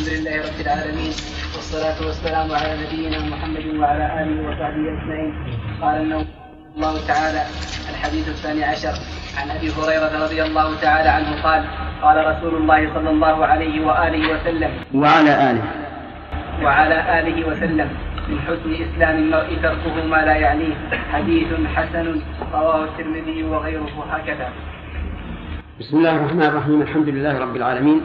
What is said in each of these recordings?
الحمد لله رب العالمين، والصلاة والسلام على نبينا محمد وعلى آله وصحبه أجمعين. قال الله تعالى: الحديث 12 عن أبي هريرة رضي الله تعالى عنه قال: قال رسول الله صلى الله عليه وآله وسلم وعلى آله وسلم: من حسن إسلام المرء تركه ما لا يعنيه. حديث حسن رواه الترمذي وغيره هكذا. بسم الله الرحمن الرحيم. الحمد لله رب العالمين،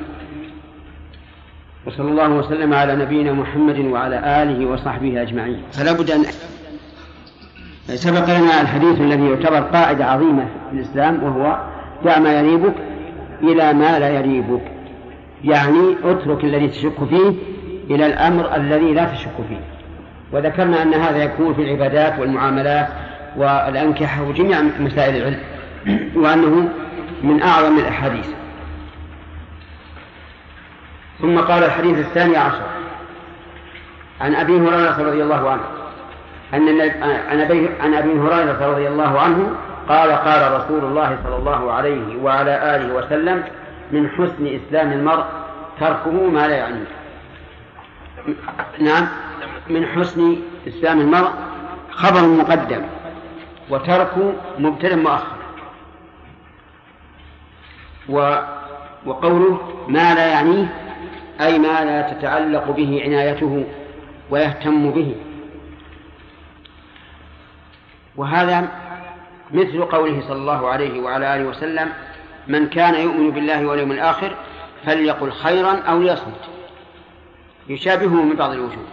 وصلى الله وسلم على نبينا محمد وعلى آله وصحبه أجمعين. فلا بد أن سبق لنا الحديث الذي يعتبر قاعدة عظيمة في الإسلام، وهو: دع ما يريبك إلى ما لا يريبك. يعني اترك الذي تشك فيه إلى الأمر الذي لا تشك فيه. وذكرنا أن هذا يكون في العبادات والمعاملات والأنكحة وجميع مسائل العلم، وأنه من أعظم الأحاديث. ثم قال الحديث 12 عن أبي هريرة رضي الله عنه عن أبي هريرة رضي الله عنه قال: قال رسول الله صلى الله عليه وعلى آله وسلم: من حسن إسلام المرء تركه ما لا يعنيه. نعم، من حسن إسلام المرء خبر مقدم، وترك مبتدأ مؤخر. وقوله ما لا يعنيه أي ما لا تتعلق به عنايته ويهتم به. وهذا مثل قوله صلى الله عليه وعلى آله وسلم: من كان يؤمن بالله واليوم الآخر فليقل خيرا أو ليصمت. يشابهه من بعض الوجوه.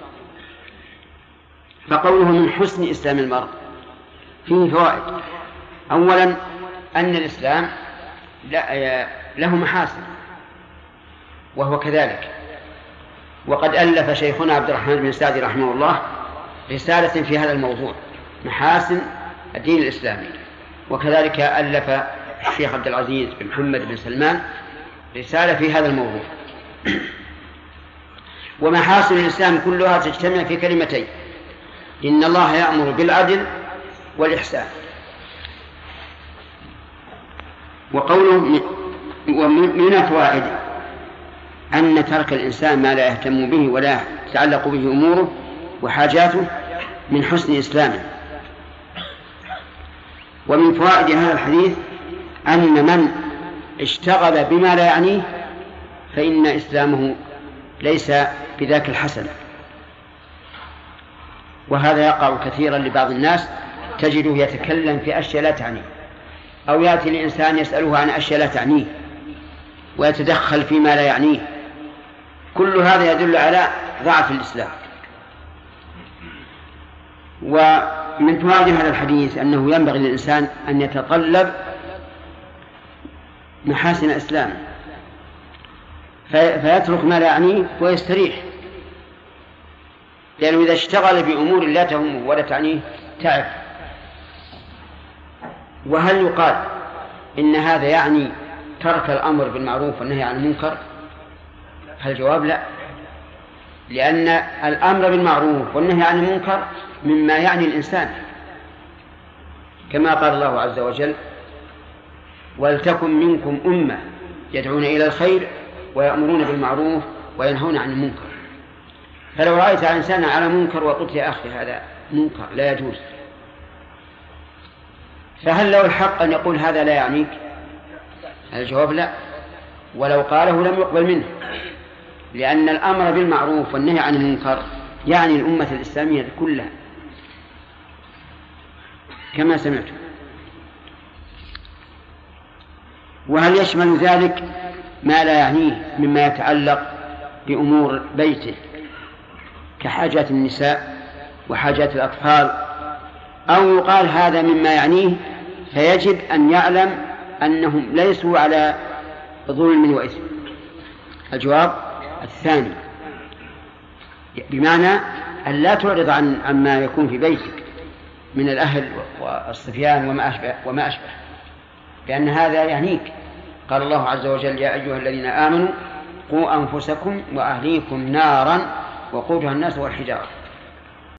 فقوله من حسن إسلام المرء فيه فوائد. أولا، أن الإسلام له محاسن، وهو كذلك. وقد ألف شيخنا عبد الرحمن بن سعدي رحمه الله رسالة في هذا الموضوع: محاسن الدين الإسلامي. وكذلك ألف الشيخ عبد العزيز بن محمد بن سلمان رسالة في هذا الموضوع. ومحاسن الإسلام كلها تجتمع في كلمتين: إن الله يأمر بالعدل والإحسان. وقوله ومن الفوائد أن ترك الإنسان ما لا يهتم به ولا تتعلق به أموره وحاجاته من حسن إسلامه. ومن فوائد هذا الحديث أن من اشتغل بما لا يعنيه فإن إسلامه ليس بذاك الحسن. وهذا يقع كثيرا لبعض الناس، تجده يتكلم في أشياء لا تعنيه، أو يأتي الإنسان يسأله عن أشياء لا تعنيه ويتدخل فيما لا يعنيه. كل هذا يدل على ضعف الإسلام. ومن فوائد هذا الحديث أنه ينبغي للإنسان أن يتطلب محاسن الإسلام، فيترك ما لا يعنيه ويستريح، لأنه إذا اشتغل بأمور لا تهمه ولا تعنيه تعب. وهل يقال إن هذا يعني ترك الأمر بالمعروف والنهي عن المنكر؟ الجواب لا، لأن الأمر بالمعروف والنهي عن المنكر مما يعني الإنسان، كما قال الله عز وجل: ولتكن منكم أمة يدعون إلى الخير ويأمرون بالمعروف وينهون عن المنكر. فلو رأيت إنسانا على منكر وقلت: يا أخي هذا منكر لا يجوز، فهل له الحق أن يقول هذا لا يعنيك؟ الجواب لا، ولو قاله لم يقبل منه، لأن الأمر بالمعروف والنهي عن المنكر يعني الأمة الإسلامية كلها كما سمعتم. وهل يشمل ذلك ما لا يعنيه مما يتعلق بأمور بيته كحاجات النساء وحاجات الأطفال، أو يقال هذا مما يعنيه فيجب أن يعلم أنهم ليسوا على ظلم وإثم؟ الجواب الثاني، بمعنى أن لا تعرض عما يكون في بيتك من الأهل والصبيان وما أشبه، لأن هذا يعنيك. قال الله عز وجل: يا أيها الذين آمنوا قوا أنفسكم وأهليكم نارا وقودها الناس والحجارة.